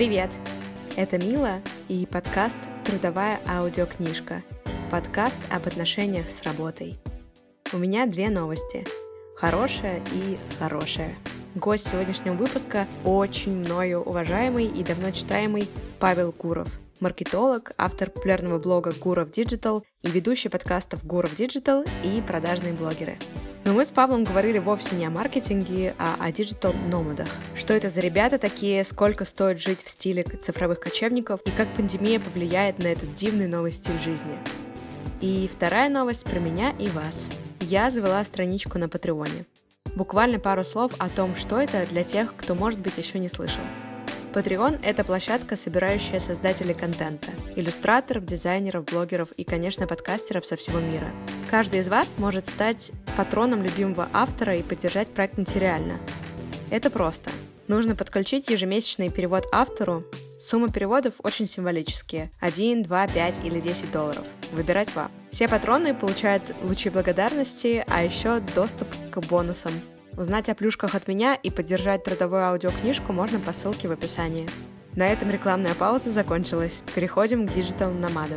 Привет! Это Мила и подкаст «Трудовая аудиокнижка». Подкаст об отношениях с работой. У меня две новости. Хорошая и хорошая. Гость сегодняшнего выпуска очень мною уважаемый и давно читаемый Павел Гуров. Маркетолог, автор популярного блога Гуров Digital и ведущий подкастов Гуров Digital и продажные блогеры. Но мы с Павлом говорили вовсе не о маркетинге, а о диджитал-номадах. Что это за ребята такие, сколько стоит жить в стиле цифровых кочевников и как пандемия повлияет на этот дивный новый стиль жизни. И вторая новость про меня и вас. Я завела страничку на Патреоне. Буквально пару слов о том, что это для тех, кто, может быть, еще не слышал. Patreon — это площадка, собирающая создателей контента, иллюстраторов, дизайнеров, блогеров и, конечно, подкастеров со всего мира. Каждый из вас может стать патроном любимого автора и поддержать проект материально. Это просто. Нужно подключить ежемесячный перевод автору. Суммы переводов очень символические – 1, 2, 5 или 10 долларов. Выбирать вам. Все патроны получают лучи благодарности, а еще доступ к бонусам. Узнать о плюшках от меня и поддержать трудовую аудиокнижку можно по ссылке в описании. На этом рекламная пауза закончилась. Переходим к диджитал-номадам.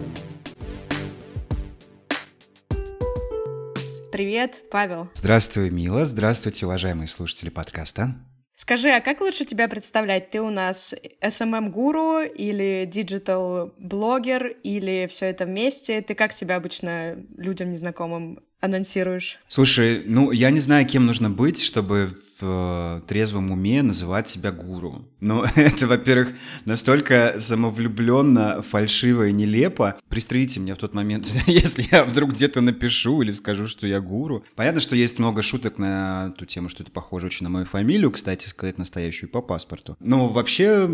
Привет, Павел. Здравствуй, Мила. Здравствуйте, уважаемые слушатели подкаста. Скажи, а как лучше тебя представлять? Ты у нас SMM-гуру или диджитал-блогер, или все это вместе? Ты как себя обычно людям незнакомым анонсируешь? Слушай, я не знаю, кем нужно быть, чтобы в трезвом уме называть себя гуру. Но это, во-первых, настолько самовлюбленно, фальшиво и нелепо. Пристрелите меня в тот момент, если я вдруг где-то напишу или скажу, что я гуру. Понятно, что есть много шуток на ту тему, что это похоже очень на мою фамилию, кстати сказать, настоящую по паспорту. Но вообще,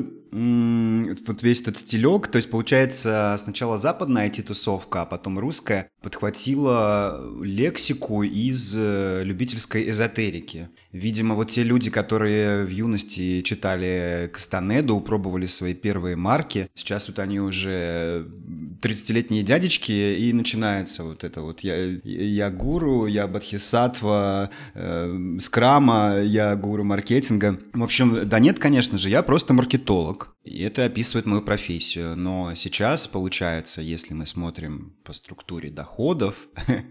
вот весь этот стилек, то есть, получается, сначала западная IT-тусовка, а потом русская, подхватила лексику из любительской эзотерики. Видимо, вот те люди, которые в юности читали Кастанеду, пробовали свои первые марки, сейчас вот они уже 30-летние дядечки, и начинается вот это вот я гуру, я бодхисаттва, скрама, я гуру маркетинга. В общем, да нет, конечно же, я просто маркетолог, и это описывает мою профессию. Но сейчас, получается, если мы смотрим по структуре доходов,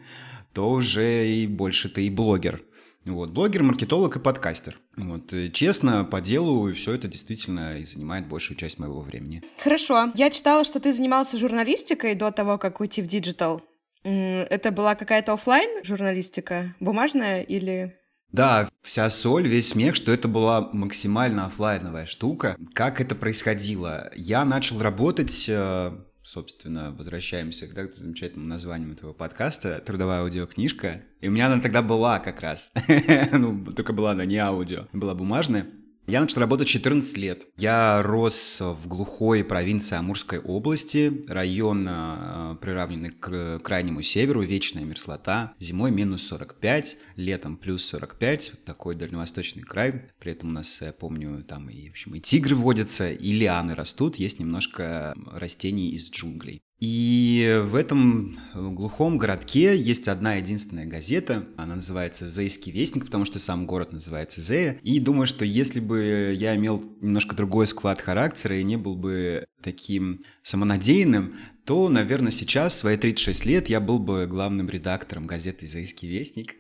то уже и больше ты и блогер. Вот, блогер, маркетолог и подкастер. Вот, честно, по делу, все это действительно и занимает большую часть моего времени. Хорошо. Я читала, что ты занимался журналистикой до того, как уйти в диджитал. Это была какая-то офлайн журналистика, бумажная или... Да, вся соль, весь смех, что это была максимально офлайновая штука. Как это происходило? Я начал работать... Собственно, возвращаемся к замечательному названию этого подкаста «Трудовая аудиокнижка». И у меня она тогда была как раз. Только была она не аудио, была бумажная. Я начал работать в 14 лет. Я рос в глухой провинции Амурской области, район, приравненный к крайнему северу, вечная мерзлота, зимой минус 45, летом плюс 45, вот такой дальневосточный край. При этом у нас, я помню, там и тигры водятся, и лианы растут, есть немножко растений из джунглей. И в этом глухом городке есть одна единственная газета, она называется «Зейский вестник», потому что сам город называется Зея. И думаю, что если бы я имел немножко другой склад характера и не был бы таким самонадеянным, то, наверное, сейчас, в свои 36 лет, я был бы главным редактором газеты «Зейский вестник»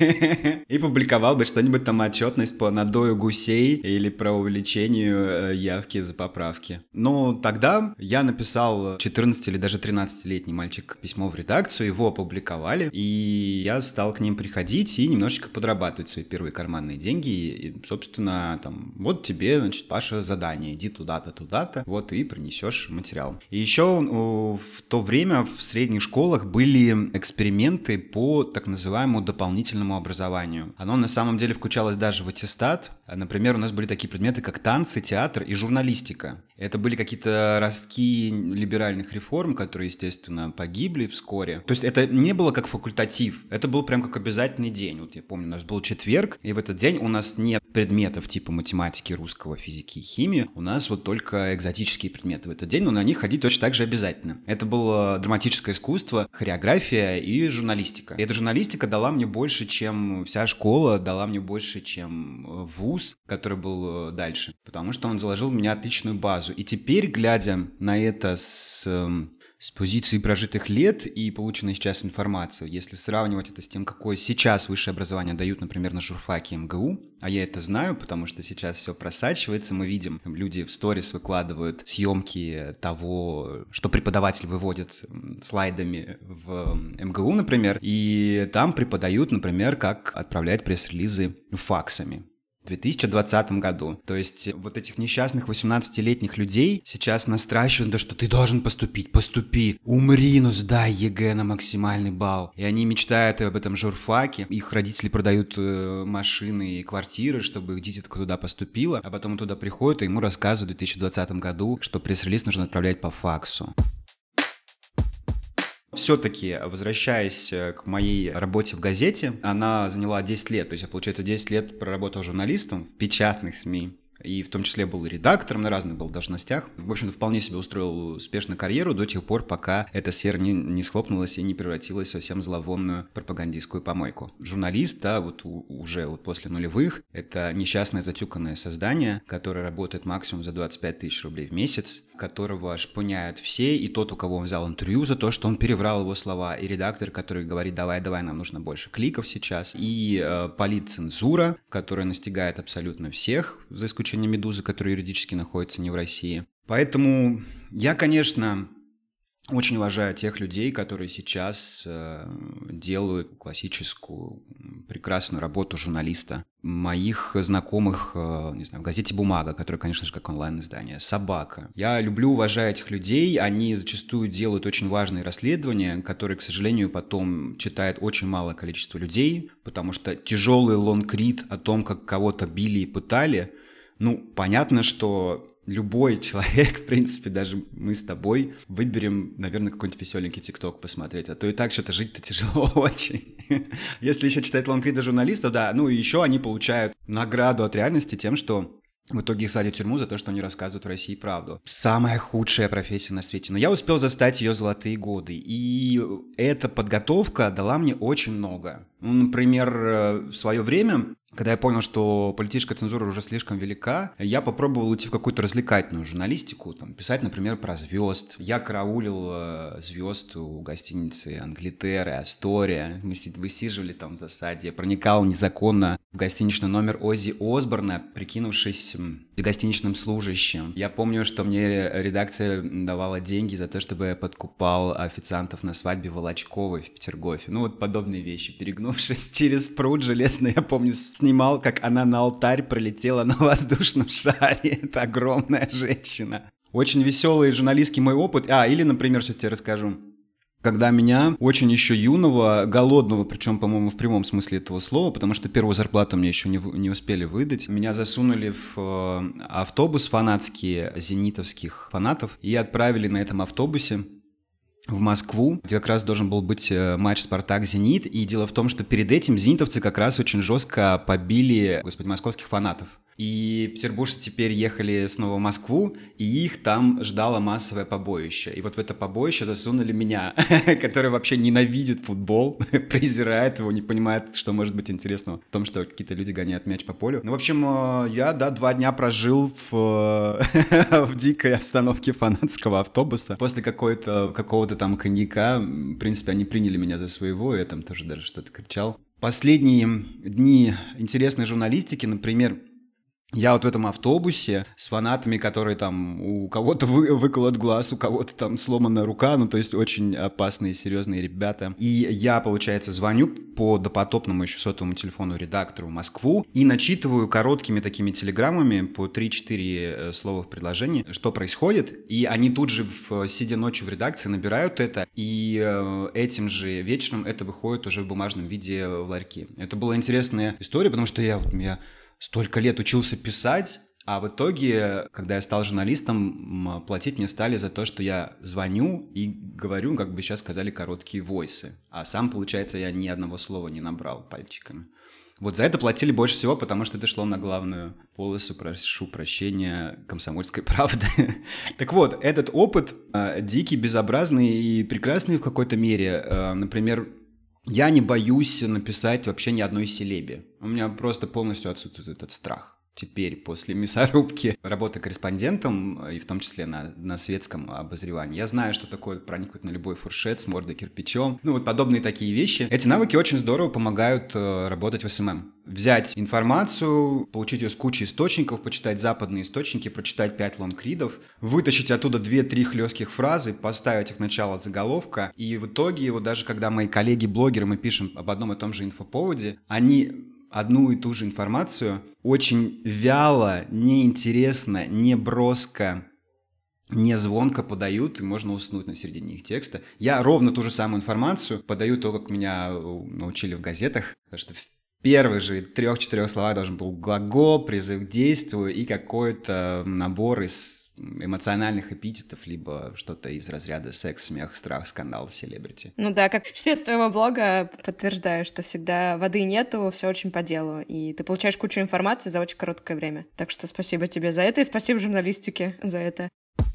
и публиковал бы что-нибудь там отчетность по надою гусей или про увеличению явки за поправки. Но тогда я написал 14 или даже 13-летний мальчик письмо в редакцию, его опубликовали, и я стал к ним приходить и немножечко подрабатывать свои первые карманные деньги. И, собственно, там, вот тебе, значит, Паша, задание, иди туда-то, туда-то, вот и принесешь материал. И еще в то время в средних школах были эксперименты по так называемому дополнительному образованию. Оно на самом деле включалось даже в аттестат. Например, у нас были такие предметы, как танцы, театр и журналистика. Это были какие-то ростки либеральных реформ, которые, естественно, погибли вскоре. То есть это не было как факультатив, это был прям как обязательный день. Вот я помню, у нас был четверг, и в этот день у нас нет предметов типа математики, русского, физики и химии. У нас вот только экзотические предметы в этот день, но на них ходить точно так же обязательно. Это было драматическое искусство, хореография и журналистика. И эта журналистика дала мне больше, чем вся школа, дала мне больше, чем вуз, который был дальше. Потому что он заложил в меня отличную базу. сразу. И теперь, глядя на это с позиции прожитых лет и полученной сейчас информации, если сравнивать это с тем, какое сейчас высшее образование дают, например, на журфаке МГУ, а я это знаю, потому что сейчас все просачивается, мы видим, люди в сторис выкладывают съемки того, что преподаватель выводит слайдами в МГУ, например, и там преподают, например, как отправлять пресс-релизы факсами. В 2020 году. То есть вот этих несчастных 18-летних людей сейчас настращивают, да что ты должен поступить, поступи, умри, но сдай ЕГЭ на максимальный балл. И они мечтают об этом журфаке, их родители продают машины и квартиры, чтобы их дитятка туда поступила, а потом он туда приходит и ему рассказывают в 2020 году, что пресс-релиз нужно отправлять по факсу. Все-таки, возвращаясь к моей работе в газете, она заняла 10 лет. То есть я, получается, 10 лет проработал журналистом в печатных СМИ. И в том числе был редактором на разных был должностях. В общем-то, вполне себе устроил успешную карьеру до тех пор, пока эта сфера не схлопнулась и не превратилась в совсем зловонную пропагандистскую помойку. Журналист, да, вот уже вот после нулевых, это несчастное затюканное создание, которое работает максимум за 25 тысяч рублей в месяц, которого шпыняют все, и тот, у кого он взял интервью за то, что он переврал его слова, и редактор, который говорит, давай, нам нужно больше кликов сейчас, и политцензура, которая настигает абсолютно всех, за исключением «Медузы», которая юридически находится не в России. Поэтому я, конечно, очень уважаю тех людей, которые сейчас делают классическую, прекрасную работу журналиста. Моих знакомых, не знаю, в газете «Бумага», которая, конечно же, как онлайн-издание, «Собака». Я люблю, уважаю этих людей, они зачастую делают очень важные расследования, которые, к сожалению, потом читает очень малое количество людей, потому что тяжелый лонгрид о том, как кого-то били и пытали, ну, понятно, что любой человек, в принципе, даже мы с тобой выберем, наверное, какой-нибудь веселенький ТикТок посмотреть, а то и так что-то жить-то тяжело очень. Если еще читать лонгриды журналистов, да, ну и еще они получают награду от реальности тем, что в итоге их садят в тюрьму за то, что они рассказывают в России правду. Самая худшая профессия на свете. Но я успел застать ее золотые годы. И эта подготовка дала мне очень много. Ну, например, в свое время, когда я понял, что политическая цензура уже слишком велика, я попробовал уйти в какую-то развлекательную журналистику, там, писать, например, про звезд. Я караулил звезд у гостиницы Англитера, Астория. Мы высиживали там в засаде. Я проникал незаконно в гостиничный номер Оззи Осборна, прикинувшись гостиничным служащим. Я помню, что мне редакция давала деньги за то, чтобы я подкупал официантов на свадьбе Волочковой в Петергофе. Ну, вот подобные вещи. Перегнувшись через пруд железный, я помню, снимал, как она на алтарь пролетела на воздушном шаре. Это огромная женщина. Очень веселый журналистский мой опыт. Или, например, сейчас тебе расскажу. Когда меня, очень еще юного, голодного, причем, по-моему, в прямом смысле этого слова, потому что первую зарплату мне еще не успели выдать, меня засунули в автобус фанатский зенитовских фанатов и отправили на этом автобусе в Москву, где как раз должен был быть матч «Спартак-Зенит». И дело в том, что перед этим зенитовцы как раз очень жестко побили, московских фанатов. И петербуржцы теперь ехали снова в Москву, и их там ждало массовое побоище. И вот в это побоище засунули меня, который вообще ненавидит футбол, презирает его, не понимает, что может быть интересного в том, что какие-то люди гоняют мяч по полю. Ну, в общем, я, 2 дня прожил в дикой обстановке фанатского автобуса. После какого-то там коньяка, в принципе, они приняли меня за своего, я там тоже даже что-то кричал. Последние дни интересной журналистики, например, я вот в этом автобусе с фанатами, которые там у кого-то выколот глаз, у кого-то там сломана рука, ну то есть очень опасные, серьезные ребята. И я, получается, звоню по допотопному еще сотовому телефону редактору в Москву и начитываю короткими такими телеграммами по 3-4 слова в предложении, что происходит. И они тут же, сидя ночью в редакции, набирают это, и этим же вечером это выходит уже в бумажном виде в ларьки. Это была интересная история, потому что я столько лет учился писать, а в итоге, когда я стал журналистом, платить мне стали за то, что я звоню и говорю, как бы сейчас сказали, короткие войсы. А сам, получается, я ни одного слова не набрал пальчиками. Вот за это платили больше всего, потому что это шло на главную полосу, прошу прощения, «Комсомольской правды». Так вот, этот опыт дикий, безобразный и прекрасный в какой-то мере. Например, я не боюсь написать вообще ни одной селебе. У меня просто полностью отсутствует этот страх. теперь после мясорубки работы корреспондентом, и в том числе на светском обозревании. Я знаю, что такое проникнуть на любой фуршет с мордой кирпичом. Ну, вот подобные такие вещи. Эти навыки очень здорово помогают работать в СММ. Взять информацию, получить ее с кучи источников, почитать западные источники, прочитать 5 лонгридов, вытащить оттуда 2-3 хлестких фразы, поставить их в начало заголовка. И в итоге, вот даже когда мои коллеги-блогеры, мы пишем об одном и том же инфоповоде, они одну и ту же информацию очень вяло, неинтересно, не броско, не звонко подают, и можно уснуть на середине их текста. Я ровно ту же самую информацию подаю то, как меня научили в газетах, потому что в первых же 3-4 словах должен был глагол, призыв к действию и какой-то набор из эмоциональных эпитетов, либо что-то из разряда секс, смех, страх, скандал, селебрити. Ну да, как чтец твоего блога подтверждаю, что всегда воды нету, все очень по делу, и ты получаешь кучу информации за очень короткое время. Так что спасибо тебе за это, и спасибо журналистике за это.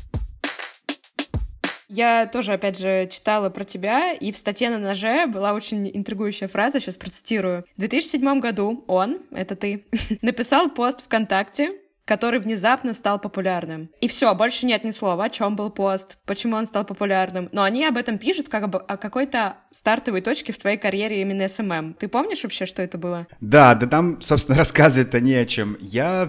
Я тоже, опять же, читала про тебя, и в статье на «Ноже» была очень интригующая фраза, сейчас процитирую. В 2007 году он, это ты, написал пост ВКонтакте, который внезапно стал популярным. И все, больше нет ни слова, о чем был пост, почему он стал популярным. Но они об этом пишут как о какой-то стартовой точке в твоей карьере именно СММ. Ты помнишь вообще, что это было? Да там, собственно, рассказывать-то не о чем. Я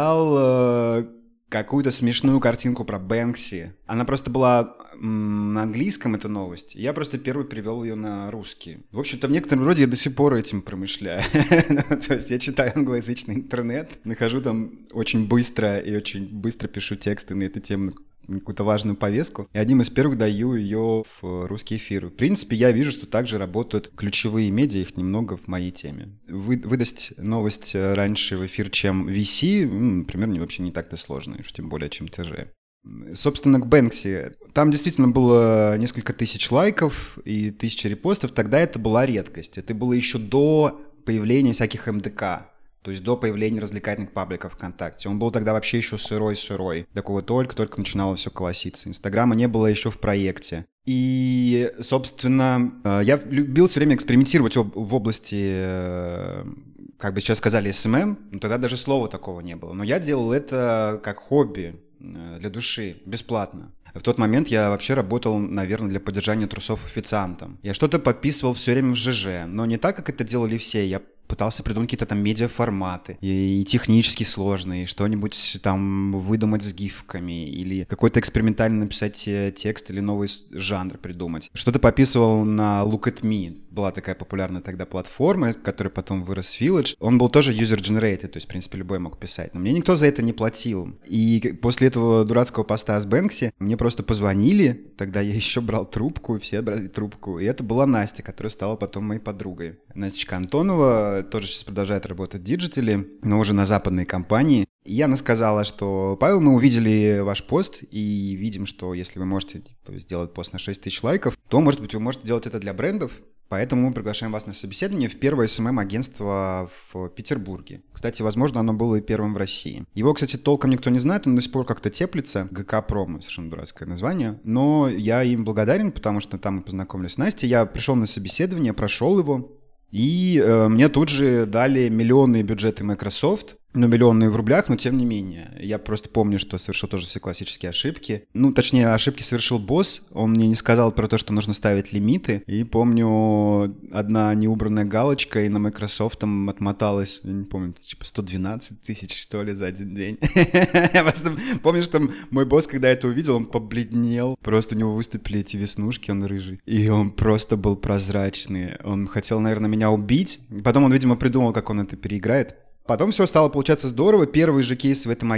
взял какую-то смешную картинку про Бэнкси. Она просто была на английском, эта новость. Я просто первый перевел ее на русский. В общем-то, в некотором роде я до сих пор этим промышляю. То есть я читаю англоязычный интернет, нахожу там очень быстро пишу тексты на эту тему, какую-то важную повестку, и одним из первых даю ее в русский эфир. В принципе, я вижу, что также работают ключевые медиа, их немного в моей теме. Выдать новость раньше в эфир, чем VC, например, вообще не так-то сложно, тем более, чем ТЖ. Собственно, к Бэнкси. Там действительно было несколько тысяч лайков и 1000 репостов. Тогда это была редкость. Это было еще до появления всяких МДК. То есть до появления развлекательных пабликов ВКонтакте. Он был тогда вообще еще сырой. Такого только начинало все колоситься. Инстаграма не было еще в проекте. И, собственно, я любил все время экспериментировать в области, как бы сейчас сказали, СММ. Но тогда даже слова такого не было. Но я делал это как хобби, для души, бесплатно. В тот момент я вообще работал, наверное, для поддержания трусов официантом. Я что-то подписывал все время в ЖЖ, но не так, как это делали все. Я пытался придумать какие-то там медиаформаты, и технически сложные, что-нибудь там выдумать с гифками, или какой-то экспериментально написать текст, или новый жанр придумать. Что-то подписывал на Look at Me. Была такая популярная тогда платформа, которая потом вырос в Village. Он был тоже user-generated, то есть, в принципе, любой мог писать. Но мне никто за это не платил. И после этого дурацкого поста с Бэнкси мне просто позвонили, тогда я еще брал трубку, все брали трубку. И это была Настя, которая стала потом моей подругой. Настечка Антонова тоже сейчас продолжает работать в диджитале, но уже на западной компании. И она сказала, что Павел, мы увидели ваш пост и видим, что если вы можете сделать пост на 6000 лайков, то, может быть, вы можете делать это для брендов. Поэтому мы приглашаем вас на собеседование в первое СММ-агентство в Петербурге. Кстати, возможно, оно было и первым в России. Его, кстати, толком никто не знает, он до сих пор как-то теплится. ГК Промо, совершенно дурацкое название. Но я им благодарен, потому что там мы познакомились с Настей. Я пришел на собеседование, прошел его. И мне тут же дали миллионные бюджеты Microsoft, ну, миллионные в рублях, но тем не менее. Я просто помню, что совершил тоже все классические ошибки. Ну, точнее, ошибки совершил босс. Он мне не сказал про то, что нужно ставить лимиты. И помню, одна неубранная галочка, и на Microsoft там отмоталась, я не помню, типа 112 тысяч, что ли, за один день. Я просто помню, что мой босс, когда это увидел, он побледнел. Просто у него выступили эти веснушки, он рыжий. И он просто был прозрачный. Он хотел, наверное, меня убить. Потом он, видимо, придумал, как он это переиграет. Потом все стало получаться здорово. Первый же кейс в этом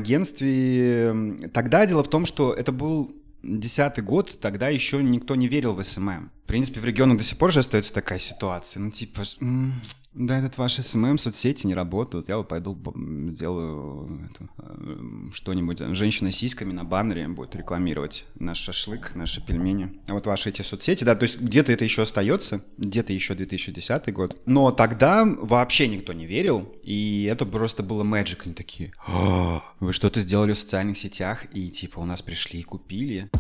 агентстве. Тогда дело в том, что это был 2010 год, тогда еще никто не верил в СММ. В принципе, в регионах до сих пор же остается такая ситуация. Ну, типа, да, этот ваш СММ, соцсети не работают. Я вот пойду сделаю что-нибудь. Женщина с сиськами на баннере будет рекламировать наш шашлык, наши пельмени. А вот ваши эти соцсети, да, то есть где-то это еще остается, где-то еще 2010 год. Но тогда вообще никто не верил, и это просто было magic. Они такие, вы что-то сделали в социальных сетях, и типа у нас пришли и купили.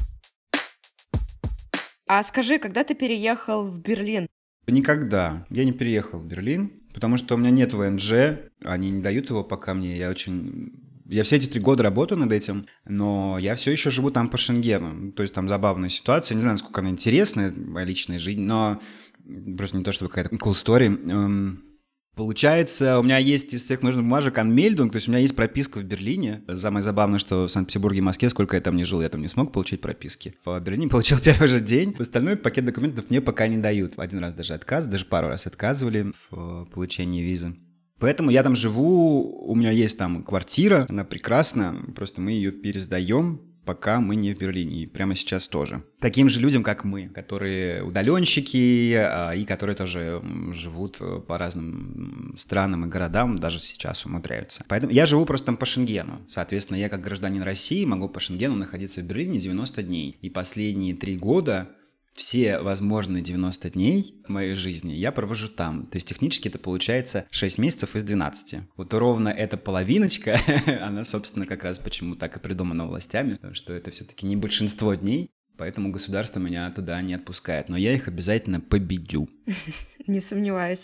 А скажи, когда ты переехал в Берлин? Никогда. Я не переехал в Берлин, потому что у меня нет ВНЖ, они не дают его пока мне, Я все эти 3 года работаю над этим, но я все еще живу там по Шенгену. То есть там забавная ситуация. Не знаю, насколько она интересная, моя личная жизнь, но просто не то, чтобы какая-то cool story. Получается, у меня есть из всех нужных бумажек анмельдунг, то есть у меня есть прописка в Берлине. Самое забавное, что в Санкт-Петербурге и Москве, сколько я там не жил, я там не смог получить прописки. В Берлине получил первый же день. Остальной пакет документов мне пока не дают. Один раз даже пару раз отказывали в получении визы. Поэтому я там живу, у меня есть там квартира, она прекрасна, просто мы ее пересдаем, пока мы не в Берлине, и прямо сейчас тоже. Таким же людям, как мы, которые удаленщики, и которые тоже живут по разным странам и городам, даже сейчас умудряются. Поэтому я живу просто там по Шенгену. Соответственно, я как гражданин России могу по Шенгену находиться в Берлине 90 дней. И последние 3 года... Все возможные 90 дней в моей жизни я провожу там. То есть технически это получается 6 месяцев из 12. Вот ровно эта половиночка, она, собственно, как раз почему так и придумана властями, что это все-таки не большинство дней, поэтому государство меня туда не отпускает. Но я их обязательно победю. Не сомневаюсь.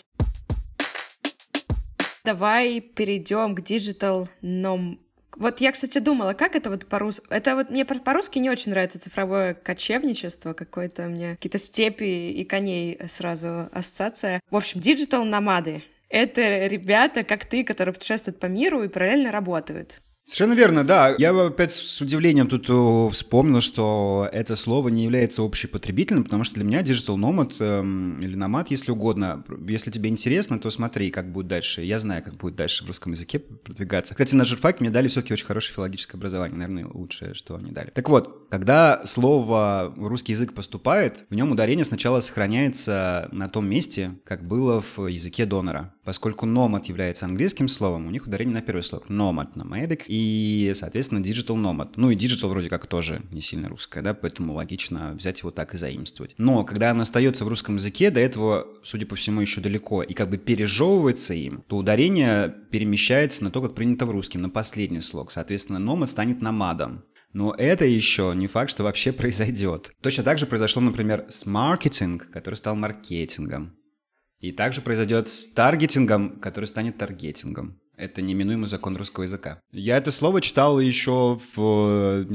Давай перейдем к Digital Nomad. Вот я, кстати, думала, как это вот по-русски... Это вот мне по-русски не очень нравится цифровое кочевничество какое-то, мне какие-то степи и коней сразу ассоциация. В общем, диджитал-номады — это ребята, как ты, которые путешествуют по миру и параллельно работают. Совершенно верно, да. Я опять с удивлением тут вспомнил, что это слово не является общепотребительным, потому что для меня digital nomad или nomad, если угодно, если тебе интересно, то смотри, как будет дальше. Я знаю, как будет дальше в русском языке продвигаться. Кстати, на журфаке мне дали все-таки очень хорошее филологическое образование, наверное, лучшее, что они дали. Так вот, когда слово в русский язык поступает, в нем ударение сначала сохраняется на том месте, как было в языке донора. Поскольку nomad является английским словом, у них ударение на первое слово. Nomad, nomadic, и, соответственно, digital nomad. Ну и digital вроде как тоже не сильно русское, да, поэтому логично взять его так и заимствовать. Но когда оно остается в русском языке, до этого, судя по всему, еще далеко, и как бы пережевывается им, то ударение перемещается на то, как принято в русском, на последний слог. Соответственно, nomad станет номадом. Но это еще не факт, что вообще произойдет. Точно так же произошло, например, с маркетинг, который стал маркетингом. И также произойдет с таргетингом, который станет таргетингом. Это неминуемый закон русского языка. Я это слово читал еще в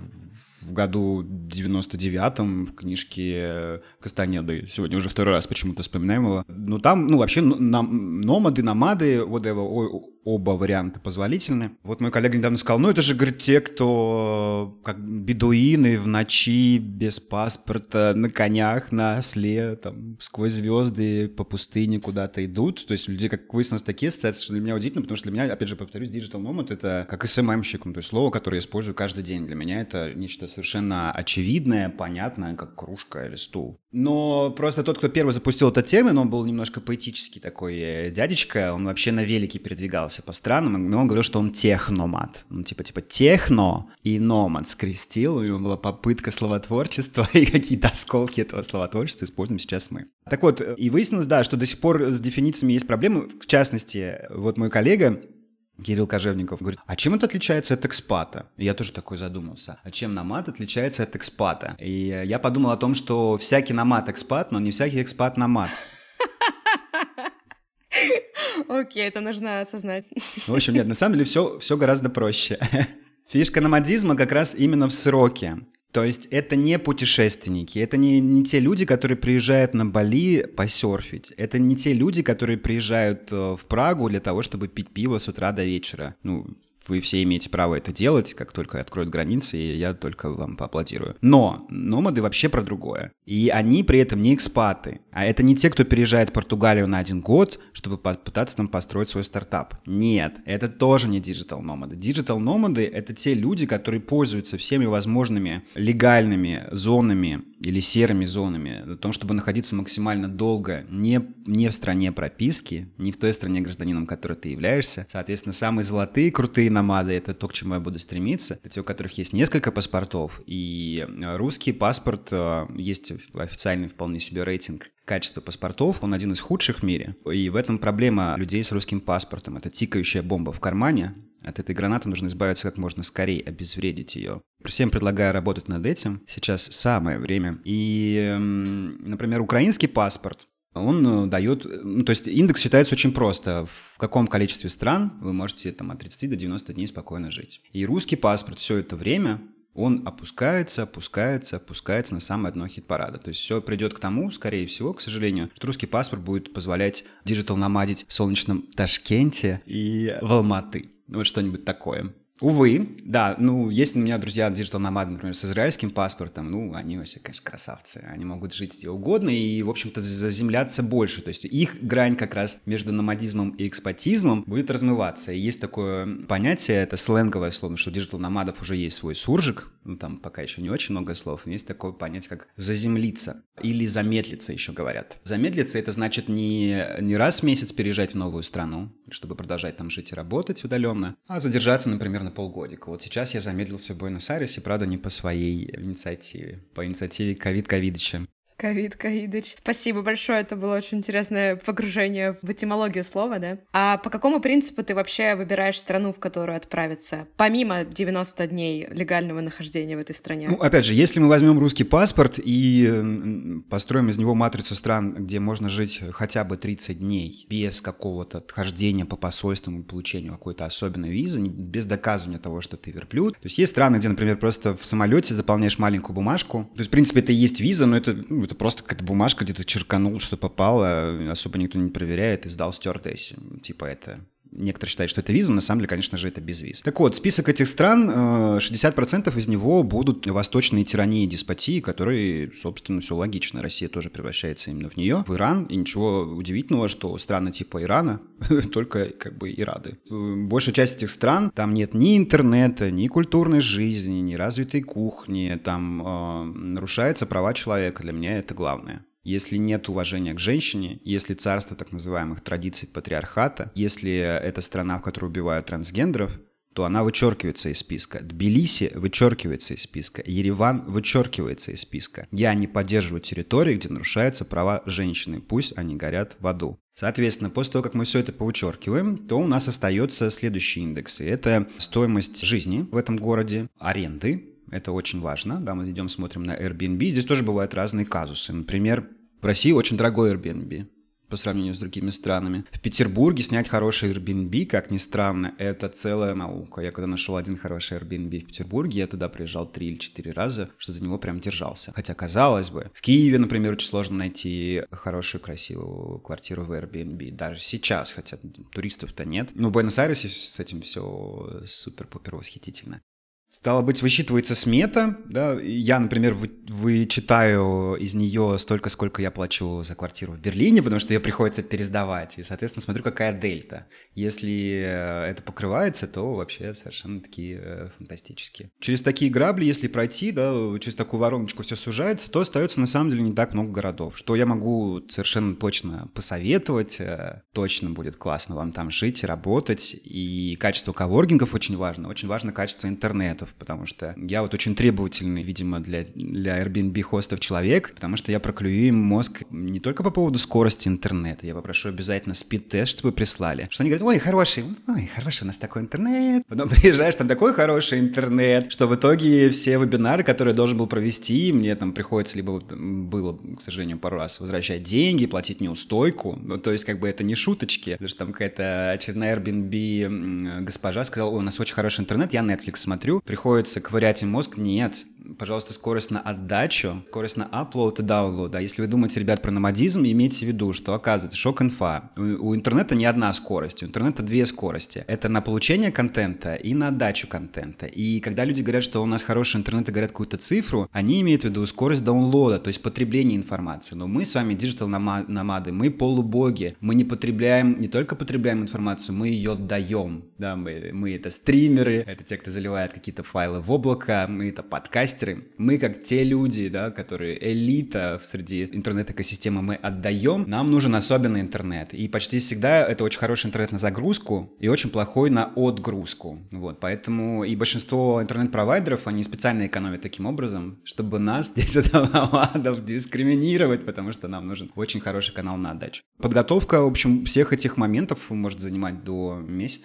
году 99-м в книжке Кастанеды. Сегодня уже второй раз почему-то вспоминаем его. Но там, вообще, номады, намады, оба варианта позволительны. Вот мой коллега недавно сказал, это же, говорит, те, кто как бедуины в ночи без паспорта, на конях, на осле, там, сквозь звезды по пустыне куда-то идут. То есть люди, как выяснилось, такие ассоциации, что для меня удивительно, потому что для меня, опять же, повторюсь, digital nomad — это как SMM-щик, то есть слово, которое я использую каждый день. Для меня это нечто совершенно очевидное, понятное, как кружка или стул. Но просто тот, кто первый запустил этот термин, он был немножко поэтический такой дядечка, он вообще на велике передвигался по странам, но он говорил, что он техномад. Ну, типа техно и номад скрестил, у него была попытка словотворчества, и какие-то осколки этого словотворчества используем сейчас мы. Так вот, и выяснилось, да, что до сих пор с дефинициями есть проблемы. В частности, вот мой коллега Кирилл Кожевников говорит, а чем это отличается от экспата? И я тоже такой задумался. А чем номад отличается от экспата? И я подумал о том, что всякий номад экспат, но не всякий экспат номад. Окей, это нужно осознать. В общем, нет, на самом деле все гораздо проще. Фишка номадизма как раз именно в сроке. То есть это не путешественники, это не те люди, которые приезжают на Бали посерфить, это не те люди, которые приезжают в Прагу для того, чтобы пить пиво с утра до вечера. Вы все имеете право это делать, как только откроют границы, и я только вам поаплодирую. Но номады вообще про другое. И они при этом не экспаты. А это не те, кто переезжает в Португалию на 1 год, чтобы попытаться там построить свой стартап. Нет, это тоже не диджитал-номады. Диджитал-номады — это те люди, которые пользуются всеми возможными легальными зонами или серыми зонами для того, чтобы находиться максимально долго не в стране прописки, не в той стране, гражданином которой ты являешься. Соответственно, самые золотые, крутые номады — это то, к чему я буду стремиться. Это те, у которых есть несколько паспортов, и русский паспорт, есть официальный вполне себе рейтинг качества паспортов, он один из худших в мире. И в этом проблема людей с русским паспортом. Это тикающая бомба в кармане. От этой гранаты нужно избавиться как можно скорее, обезвредить ее. Всем предлагаю работать над этим. Сейчас самое время. И, например, украинский паспорт Он дает... Ну, то есть индекс считается очень просто. В каком количестве стран вы можете там, от 30 до 90 дней спокойно жить. И русский паспорт все это время... он опускается на самое дно хит-парада. То есть все придет к тому, скорее всего, к сожалению, что русский паспорт будет позволять диджитал-номадить в солнечном Ташкенте и в Алматы. Вот что-нибудь такое. Увы, да, есть у меня друзья диджитал-номады, например, с израильским паспортом, они вообще, конечно, красавцы. Они могут жить где угодно и, в общем-то, заземляться больше. То есть их грань как раз между номадизмом и экспатизмом будет размываться. И есть такое понятие, это сленговое слово, что у диджитал-номадов уже есть свой суржик, там пока еще не очень много слов, но есть такое понятие, как заземлиться или замедлиться, еще говорят. Замедлиться — это значит не раз в месяц переезжать в новую страну, чтобы продолжать там жить и работать удаленно, а задержаться, например, на полгодика. Вот сейчас я замедлился в Буэнос-Айресе, правда, не по своей инициативе, по инициативе Ковидыча. Ковидыч. Спасибо большое, это было очень интересное погружение в этимологию слова, да? А по какому принципу ты вообще выбираешь страну, в которую отправиться, помимо 90 дней легального нахождения в этой стране? Опять же, если мы возьмем русский паспорт и построим из него матрицу стран, где можно жить хотя бы 30 дней без какого-то отхождения по посольствам и получению какой-то особенной визы, без доказывания того, что ты верблюд. То есть есть страны, где, например, просто в самолете заполняешь маленькую бумажку. То есть, в принципе, это и есть виза, но это просто какая-то бумажка, где ты черканул, что попало, особо никто не проверяет, и сдал стюардессе. Типа это... Некоторые считают, что это виза, но на самом деле, конечно же, это без виз. Так вот, список этих стран, 60% из него будут восточные тирании и деспотии, которые, собственно, все логично. Россия тоже превращается именно в нее, в Иран. И ничего удивительного, что страны типа Ирана только как бы и рады. Большая часть этих стран, там нет ни интернета, ни культурной жизни, ни развитой кухни. Там нарушаются права человека. Для меня это главное. Если нет уважения к женщине, если царство так называемых традиций патриархата, если это страна, в которой убивают трансгендеров, то она вычеркивается из списка. Тбилиси вычеркивается из списка. Ереван вычеркивается из списка. Я не поддерживаю территории, где нарушаются права женщины. Пусть они горят в аду. Соответственно, после того, как мы все это повычеркиваем, то у нас остается следующие индексы. Это стоимость жизни в этом городе, аренды. Это очень важно. Да, мы идем, смотрим на Airbnb. Здесь тоже бывают разные казусы. Например, в России очень дорогой Airbnb по сравнению с другими странами. В Петербурге снять хороший Airbnb, как ни странно, это целая наука. Я когда нашел один хороший Airbnb в Петербурге, я туда приезжал 3 или 4 раза, что за него прям держался. Хотя, казалось бы, в Киеве, например, очень сложно найти хорошую, красивую квартиру в Airbnb. Даже сейчас, хотя туристов-то нет. Но в Буэнос-Айресе с этим все супер-пупер восхитительно. Стало быть, высчитывается смета, да, я, например, вычитаю из нее столько, сколько я плачу за квартиру в Берлине, потому что ее приходится пересдавать, и, соответственно, смотрю, какая дельта. Если это покрывается, то вообще совершенно такие фантастические. Через такие грабли, если пройти, да, через такую вороночку все сужается, то остается, на самом деле, не так много городов, что я могу совершенно точно посоветовать, точно будет классно вам там жить, работать, и качество коворкингов очень важно качество интернета, потому что я вот очень требовательный, видимо, для Airbnb-хостов человек, потому что я проклюю им мозг не только по поводу скорости интернета, я попрошу обязательно спид-тест, чтобы прислали. Что они говорят: ой, хороший у нас такой интернет. Потом приезжаешь, там такой хороший интернет, что в итоге все вебинары, которые я должен был провести, мне там приходится, либо было, к сожалению, пару раз возвращать деньги, платить неустойку. Ну, то есть, как бы это не шуточки. Потому что там какая-то очередная Airbnb госпожа сказала: ой, у нас очень хороший интернет, я Netflix смотрю. Приходится ковырять им мозг. Нет, пожалуйста, скорость на отдачу, скорость на upload и download. Да, если вы думаете, ребят, про номадизм, имейте в виду, что, оказывается, шок-инфа. У интернета не одна скорость, у интернета две скорости. Это на получение контента и на отдачу контента. И когда люди говорят, что у нас хороший интернет и говорят какую-то цифру, они имеют в виду скорость даунлода, то есть потребление информации. Но мы с вами диджитал-номады, мы полубоги. Мы не только потребляем информацию, мы ее даем. Да, мы это стримеры, это те, кто заливает какие-то файлы в облако, мы это подкастеры. Мы как те люди, да, которые элита среди интернет-экосистемы, мы отдаем. Нам нужен особенный интернет. И почти всегда это очень хороший интернет на загрузку и очень плохой на отгрузку. Вот, поэтому и большинство интернет-провайдеров, они специально экономят таким образом, чтобы нас, диджитал-номадов, дискриминировать, потому что нам нужен очень хороший канал на отдачу. Подготовка, в общем, всех этих моментов может занимать до месяца.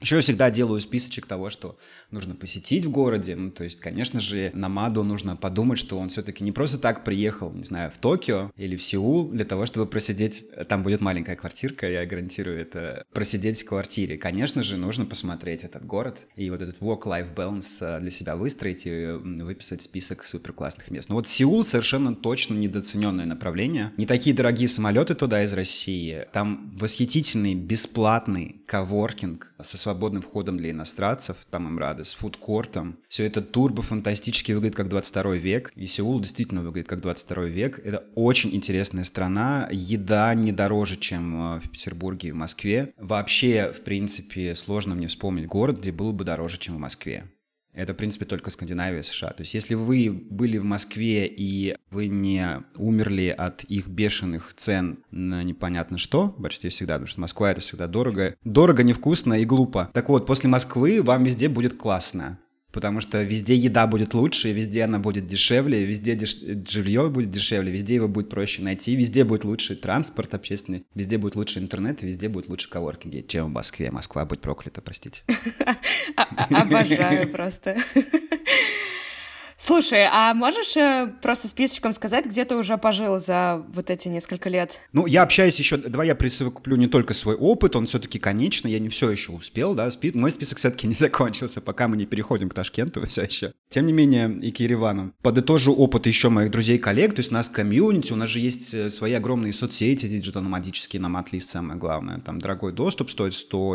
Еще я всегда делаю списочек того, что нужно посетить в городе. Ну, то есть, конечно же, Намаду нужно подумать, что он все-таки не просто так приехал, не знаю, в Токио или в Сеул для того, чтобы просидеть... Там будет маленькая квартирка, я гарантирую это, просидеть в квартире. Конечно же, нужно посмотреть этот город и вот этот work-life balance для себя выстроить и выписать список суперклассных мест. Но вот Сеул совершенно точно недооцененное направление. Не такие дорогие самолеты туда из России. Там восхитительный, бесплатный коворкинг со свободным входом для иностранцев, там им рады, с фудкортом. Все это турбо-фантастически выглядит как 22 век, и Сеул действительно выглядит как 22 век. Это очень интересная страна, еда не дороже, чем в Петербурге и в Москве. Вообще, в принципе, сложно мне вспомнить город, где было бы дороже, чем в Москве. Это, в принципе, только Скандинавия и США. То есть, если вы были в Москве и вы не умерли от их бешеных цен на непонятно что, почти всегда, потому что Москва — это всегда дорого. Дорого, невкусно и глупо. Так вот, после Москвы вам везде будет классно. Потому что везде еда будет лучше, везде она будет дешевле, везде жилье будет дешевле, везде его будет проще найти, везде будет лучше транспорт общественный, везде будет лучше интернет, и везде будет лучше коворкинги, чем в Москве. Москва, будь проклята, простите. Обожаю просто. Слушай, а можешь просто списочком сказать, где ты уже пожил за вот эти несколько лет? Ну, я общаюсь еще... Давай я присовокуплю не только свой опыт, он все-таки конечный, я не все еще успел, да, мой список все-таки не закончился, пока мы не переходим к Ташкенту все еще. Тем не менее, и к Еревану. Подытожу опыт еще моих друзей и коллег, то есть у нас комьюнити, у нас же есть свои огромные соцсети диджитал-номадические, Nomad.list самое главное. Там дорогой доступ стоит 100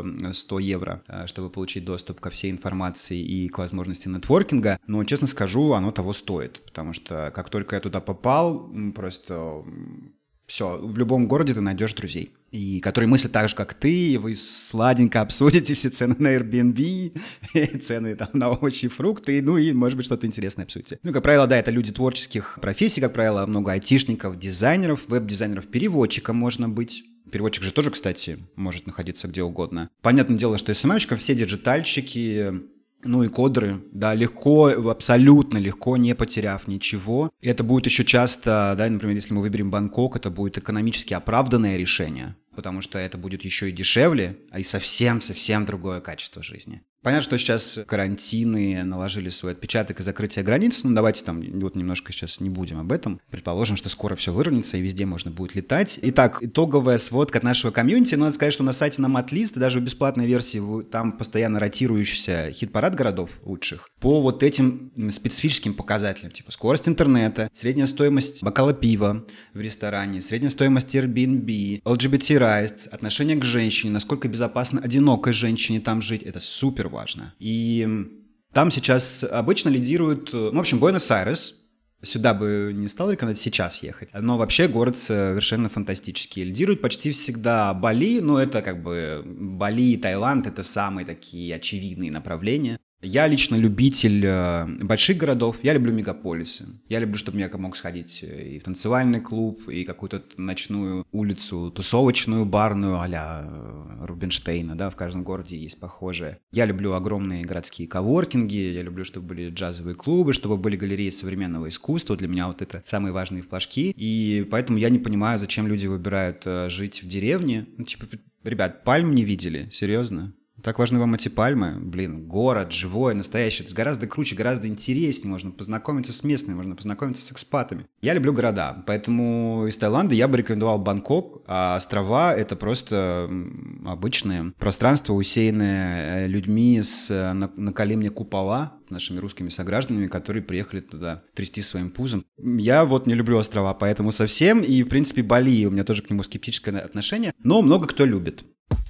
евро, чтобы получить доступ ко всей информации и к возможности нетворкинга, но, честно скажу, оно того стоит, потому что как только я туда попал, просто все, в любом городе ты найдешь друзей, и которые мыслят так же, как ты, и вы сладенько обсудите все цены на Airbnb, цены там на овощи и фрукты, ну и, может быть, что-то интересное обсудите. Ну, как правило, да, это люди творческих профессий, как правило, много айтишников, дизайнеров, веб-дизайнеров, переводчиком можно быть. Переводчик же тоже, кстати, может находиться где угодно. Понятное дело, что СММщиков, все диджитальщики, ну и кодеры, да, легко, абсолютно легко, не потеряв ничего. И это будет еще часто, да, например, если мы выберем Бангкок, это будет экономически оправданное решение, потому что это будет еще и дешевле, а и совсем-совсем другое качество жизни. Понятно, что сейчас карантины наложили свой отпечаток и закрытие границ, но давайте там вот немножко сейчас не будем об этом. Предположим, что скоро все выровняется и везде можно будет летать. Итак, итоговая сводка от нашего комьюнити. Надо сказать, что на сайте Nomad.list, даже в бесплатной версии, там постоянно ротирующийся хит-парад городов лучших по вот этим специфическим показателям, типа скорость интернета, средняя стоимость бокала пива в ресторане, средняя стоимость Airbnb, LGBT rights, отношение к женщине, насколько безопасно одинокой женщине там жить. Это супер важно. И там сейчас обычно лидируют, ну, в общем, Буэнос-Айрес. Сюда бы не стал рекомендовать сейчас ехать. Но вообще город совершенно фантастический. Лидирует почти всегда Бали, но это как бы Бали и Таиланд — это самые такие очевидные направления. Я лично любитель больших городов, я люблю мегаполисы. Я люблю, чтобы я мог сходить и в танцевальный клуб, и какую-то ночную улицу, тусовочную, барную, а-ля Рубинштейна, да, в каждом городе есть похожее. Я люблю огромные городские коворкинги, я люблю, чтобы были джазовые клубы, чтобы были галереи современного искусства. Для меня вот это самые важные флажки, и поэтому я не понимаю, зачем люди выбирают жить в деревне. Ну, типа, ребят, пальм не видели? Серьезно? Так важны вам эти пальмы? Блин, город, живой, настоящий. Это гораздо круче, гораздо интереснее. Можно познакомиться с местными, можно познакомиться с экспатами. Я люблю города, поэтому из Таиланда я бы рекомендовал Бангкок, а острова — это просто обычное пространство, усеянное людьми на колемне купола, нашими русскими согражданами, которые приехали туда трясти своим пузом. Я вот не люблю острова, поэтому совсем. И, в принципе, Бали, у меня тоже к нему скептическое отношение, но много кто любит.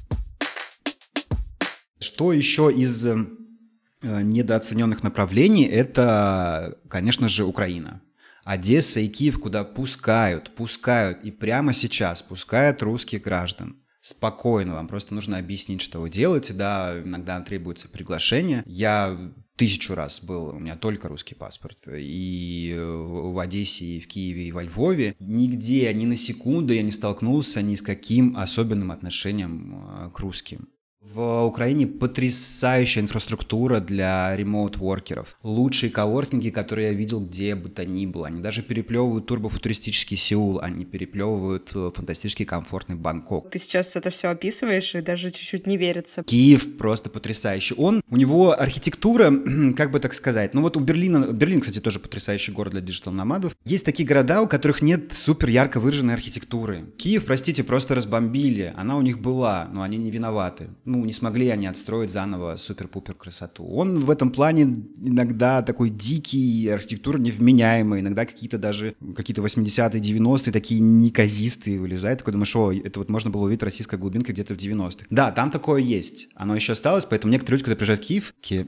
Что еще из недооцененных направлений, это, конечно же, Украина. Одесса и Киев, куда пускают, и прямо сейчас пускают русских граждан. Спокойно, вам просто нужно объяснить, что вы делаете, да, иногда требуется приглашение. Я 1000 раз был, у меня только русский паспорт, и в Одессе, и в Киеве, и во Львове. Нигде, ни на секунду я не столкнулся ни с каким особенным отношением к русским. В Украине потрясающая инфраструктура для ремоут-воркеров. Лучшие коворкинги, которые я видел где бы то ни было. Они даже переплевывают турбофутуристический Сеул, они переплевывают фантастически комфортный Бангкок. Ты сейчас это все описываешь, и даже чуть-чуть не верится. Киев просто потрясающий. У него архитектура, как бы так сказать, ну вот у Берлин, кстати, тоже потрясающий город для диджитал-номадов. Есть такие города, у которых нет супер ярко выраженной архитектуры. Киев, простите, просто разбомбили. Она у них была, но они не виноваты. Не смогли они отстроить заново супер-пупер красоту. Он в этом плане иногда такой дикий, архитектура невменяемая, иногда какие-то 80-е, 90-е такие неказистые вылезают. Такой думаешь, это вот можно было увидеть российская глубинка где-то в 90-х. Да, там такое есть. Оно еще осталось, поэтому некоторые люди, когда приезжают в Киев, такие,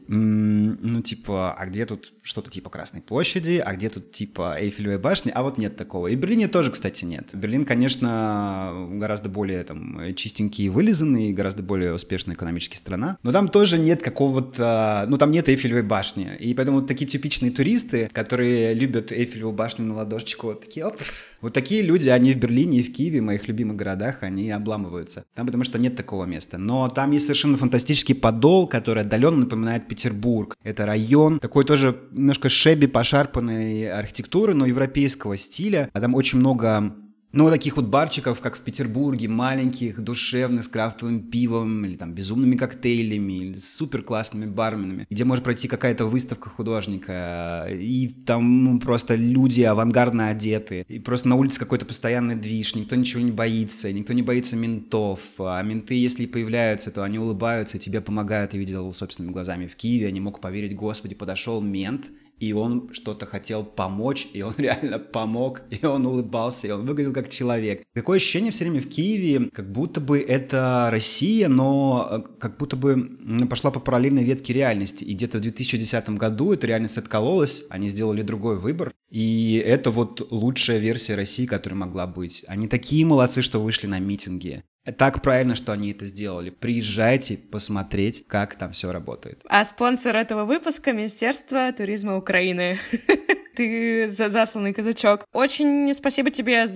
а где тут что-то типа Красной площади, а где тут типа Эйфелевой башни, а вот нет такого. И в Берлине тоже, кстати, нет. Берлин, конечно, гораздо более чистенький и вылизанный, гораздо более успешная экономически страна, но там тоже нет какого-то, там нет Эйфелевой башни, и поэтому вот такие типичные туристы, которые любят Эйфелеву башню на ладошечку, вот такие люди, они в Берлине и в Киеве, в моих любимых городах, они обламываются, там потому что нет такого места, но там есть совершенно фантастический Подол, который отдаленно напоминает Петербург, это район, такой тоже немножко шеби, пошарпанной архитектуры, но европейского стиля, а там очень много таких вот барчиков, как в Петербурге, маленьких, душевных, с крафтовым пивом, или там безумными коктейлями, или с супер классными барменами, где может пройти какая-то выставка художника, и там просто люди авангардно одеты, и просто на улице какой-то постоянный движ, никто ничего не боится, никто не боится ментов, а менты, если и появляются, то они улыбаются, и тебе помогают, я видел собственными глазами в Киеве, я не мог поверить, господи, подошел мент, и он что-то хотел помочь, и он реально помог, и он улыбался, и он выглядел как человек. Такое ощущение все время в Киеве, как будто бы это Россия, но как будто бы пошла по параллельной ветке реальности. И где-то в 2010 году эта реальность откололась, они сделали другой выбор, и это вот лучшая версия России, которая могла быть. Они такие молодцы, что вышли на митинги. Так правильно, что они это сделали. Приезжайте посмотреть, как там все работает. А спонсор этого выпуска — Министерство туризма Украины. Ты засланный казачок. Очень спасибо тебе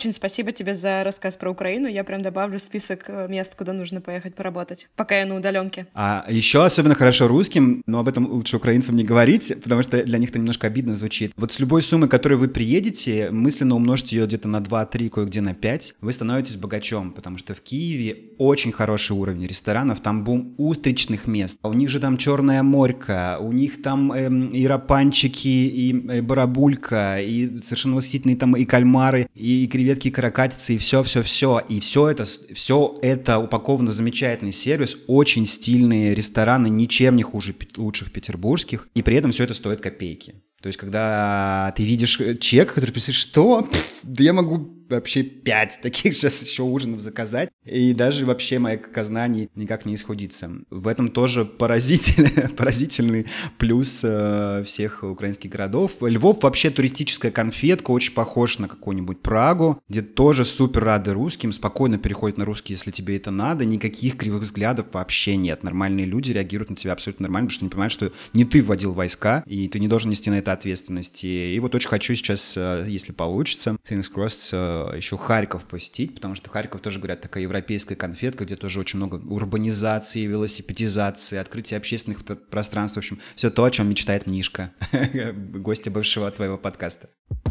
за рассказ про Украину. Я прям добавлю в список мест, куда нужно поехать поработать, пока я на удаленке. А еще особенно хорошо русским, но об этом лучше украинцам не говорить, потому что для них это немножко обидно звучит. Вот с любой суммой, которой вы приедете, мысленно умножьте ее где-то на 2-3, кое-где на 5, вы становитесь богачом, потому что в Киеве очень хороший уровень ресторанов, там бум устричных мест. У них же там черная морька, у них там и рапанчики, и барабулька, и совершенно восхитительные там и кальмары, и креветки, и каракатицы, и все. И все это упаковано в замечательный сервис, очень стильные рестораны, ничем не хуже лучших петербургских, и при этом все это стоит копейки. То есть, когда ты видишь чек, который пишешь, что? Да я могу вообще 5 таких сейчас еще ужинов заказать, и даже вообще моя казна никак не исхудится. В этом тоже поразительный плюс всех украинских городов. Львов вообще туристическая конфетка, очень похож на какую-нибудь Прагу, где тоже супер рады русским, спокойно переходят на русский, если тебе это надо, никаких кривых взглядов вообще нет. Нормальные люди реагируют на тебя абсолютно нормально, потому что они понимают, что не ты вводил войска, и ты не должен нести на это ответственности. И вот очень хочу сейчас, если получится, things crossed, еще Харьков посетить, потому что Харьков тоже, говорят, такая европейская конфетка, где тоже очень много урбанизации, велосипедизации, открытия общественных пространств, в общем, все то, о чем мечтает Мишка, гостья бывшего твоего подкаста.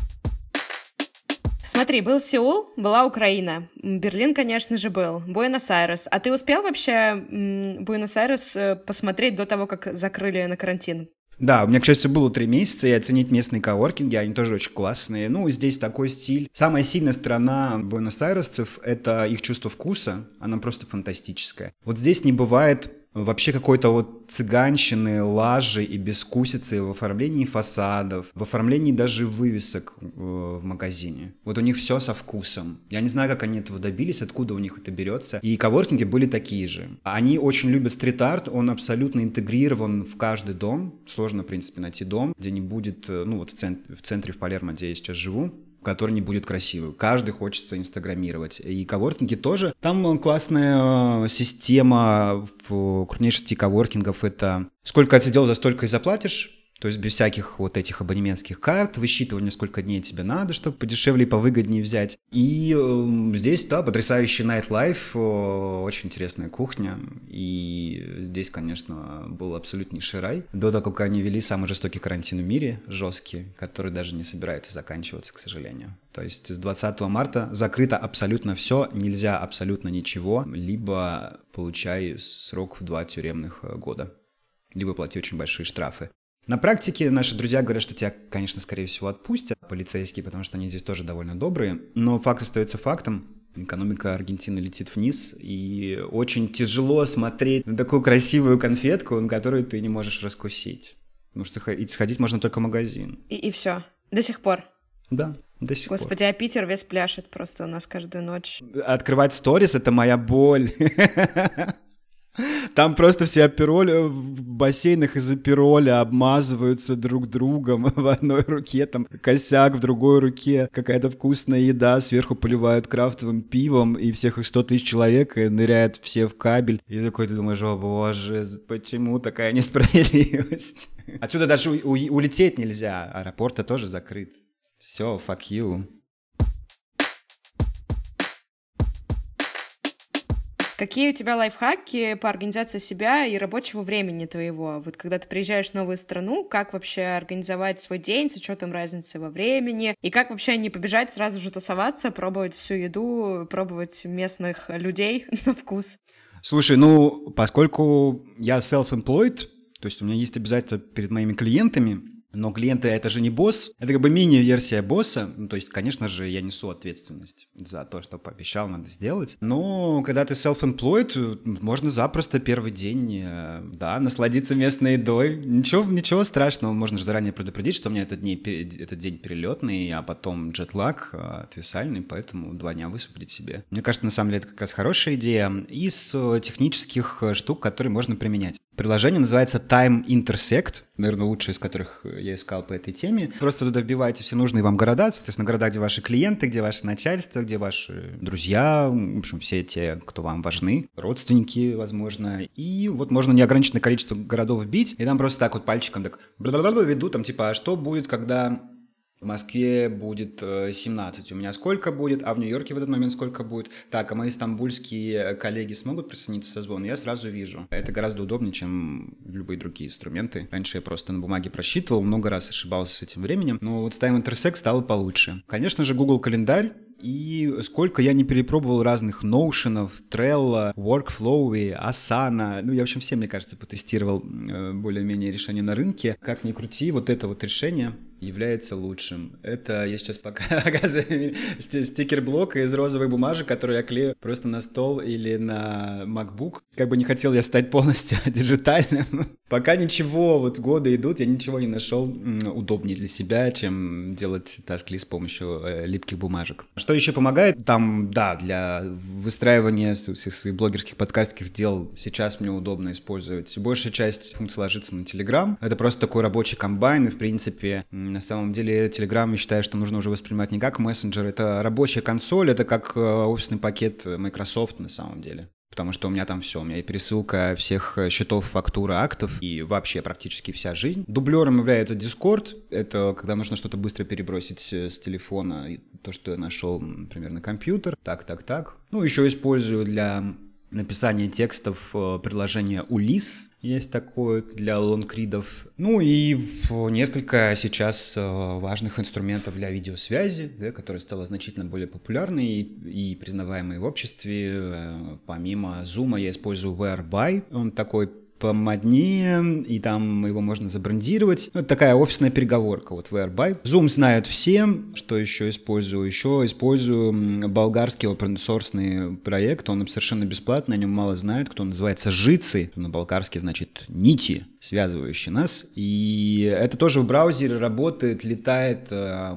Смотри, был Сеул, была Украина, Берлин, конечно же, был, Буэнос-Айрес. А ты успел вообще Буэнос-Айрес посмотреть до того, как закрыли на карантин? Да, у меня, к счастью, было 3 месяца, и оценить местные коворкинги, они тоже очень классные. Здесь такой стиль. Самая сильная сторона буэнос-айресцев — это их чувство вкуса, она просто фантастическая. Вот здесь не бывает вообще какой-то вот цыганщины, лажи и бескусицы в оформлении фасадов, в оформлении даже вывесок в магазине. Вот у них все со вкусом. Я не знаю, как они этого добились, откуда у них это берется. И коворкинги были такие же. Они очень любят стрит-арт, он абсолютно интегрирован в каждый дом. Сложно, в принципе, найти дом, где не будет, вот в центре в Палермо, где я сейчас живу, который не будет красивый. Каждый хочется инстаграмировать. И коворкинги тоже. Там классная система в крупнейшей сети коворкингов. Это сколько отсидел, за столько и заплатишь. То есть без всяких вот этих абонементских карт, высчитывания, сколько дней тебе надо, чтобы подешевле и повыгоднее взять. И здесь, да, потрясающий nightlife, очень интересная кухня. И здесь, конечно, был абсолютнейший рай. До того, как они ввели самый жестокий карантин в мире, жесткий, который даже не собирается заканчиваться, к сожалению. То есть с 20 марта закрыто абсолютно все, нельзя абсолютно ничего, либо получай срок в 2 тюремных года, либо плати очень большие штрафы. На практике наши друзья говорят, что тебя, конечно, скорее всего отпустят, полицейские, потому что они здесь тоже довольно добрые, но факт остается фактом. Экономика Аргентины летит вниз, и очень тяжело смотреть на такую красивую конфетку, на которую ты не можешь раскусить. Потому что сходить можно только в магазин. И все. До сих пор. Да, до сих пор. Господи, а Питер весь пляшет просто у нас каждую ночь. Открывать сторис — это моя боль. Там просто все апероли в бассейнах из апероля обмазываются друг другом в одной руке, там косяк в другой руке, какая-то вкусная еда, сверху поливают крафтовым пивом, и всех их 100 тысяч человек, и ныряют все в кабель. И такой ты думаешь: о боже, почему такая несправедливость? Отсюда даже улететь нельзя, аэропорт тоже закрыт. Все, fuck you. Какие у тебя лайфхаки по организации себя и рабочего времени твоего? Вот когда ты приезжаешь в новую страну, как вообще организовать свой день с учетом разницы во времени? И как вообще не побежать сразу же тусоваться, пробовать всю еду, пробовать местных людей на вкус? Слушай, поскольку я self-employed, то есть у меня есть обязательства перед моими клиентами, но клиенты — это же не босс, это как бы мини-версия босса. То есть, конечно же, я несу ответственность за то, что пообещал, надо сделать. Но когда ты self-employed, можно запросто первый день, да, насладиться местной едой. Ничего страшного, можно же заранее предупредить, что у меня этот день перелетный, а потом джетлаг отвисальный, поэтому 2 дня высвободить себе. Мне кажется, на самом деле это как раз хорошая идея. Из технических штук, которые можно применять. Приложение называется Time Intersect, наверное, лучшее из которых я искал по этой теме. Просто туда вбиваете все нужные вам города, соответственно, города, где ваши клиенты, где ваше начальство, где ваши друзья, в общем, все те, кто вам важны, родственники, возможно. И вот можно неограниченное количество городов вбить, и там просто так вот пальчиком так веду, там типа, а что будет, когда в Москве будет 17, у меня сколько будет, а в Нью-Йорке в этот момент сколько будет. Так, а мои стамбульские коллеги смогут присоединиться к созвону? Я сразу вижу. Это гораздо удобнее, чем любые другие инструменты. Раньше я просто на бумаге просчитывал, много раз ошибался с этим временем, но вот с Time Intersect стало получше. Конечно же, Google календарь. И сколько я не перепробовал разных Notion'ов, Trello, Workflow, Asana. Я, в общем, все, мне кажется, потестировал более-менее решения на рынке. Как ни крути, вот это вот решение является лучшим. Это я сейчас показываю стикер-блок из розовой бумажи, который я клею просто на стол или на MacBook. Как бы не хотел я стать полностью диджитальным. Пока ничего, вот годы идут, я ничего не нашел удобнее для себя, чем делать таски с помощью липких бумажек. Что еще помогает? Там, да, для выстраивания всех своих блогерских, подкастерских дел сейчас мне удобно использовать. Большая часть функций ложится на Telegram. Это просто такой рабочий комбайн, и, в принципе, на самом деле Telegram, я считаю, что нужно уже воспринимать не как мессенджер, это рабочая консоль, это как офисный пакет Microsoft на самом деле. Потому что у меня там все, у меня и пересылка всех счетов, фактур, актов и вообще практически вся жизнь. Дублером является Discord, это когда нужно что-то быстро перебросить с телефона, то, что я нашел, например, на компьютер. Так. Еще использую для написания текстов приложение Ulis, есть такое для лонгридов. И несколько сейчас важных инструментов для видеосвязи, да, которые стало значительно более популярной и признаваемой в обществе. Помимо Zoom я использую Whereby, он такой помоднее, и там его можно забрендировать. Это такая офисная переговорка, вот Whereby. Zoom знают все. Что еще использую? Еще использую болгарский open-source проект. Он совершенно бесплатный, о нем мало знают. Кто называется Жицы. На болгарский значит нити, связывающие нас. И это тоже в браузере работает, летает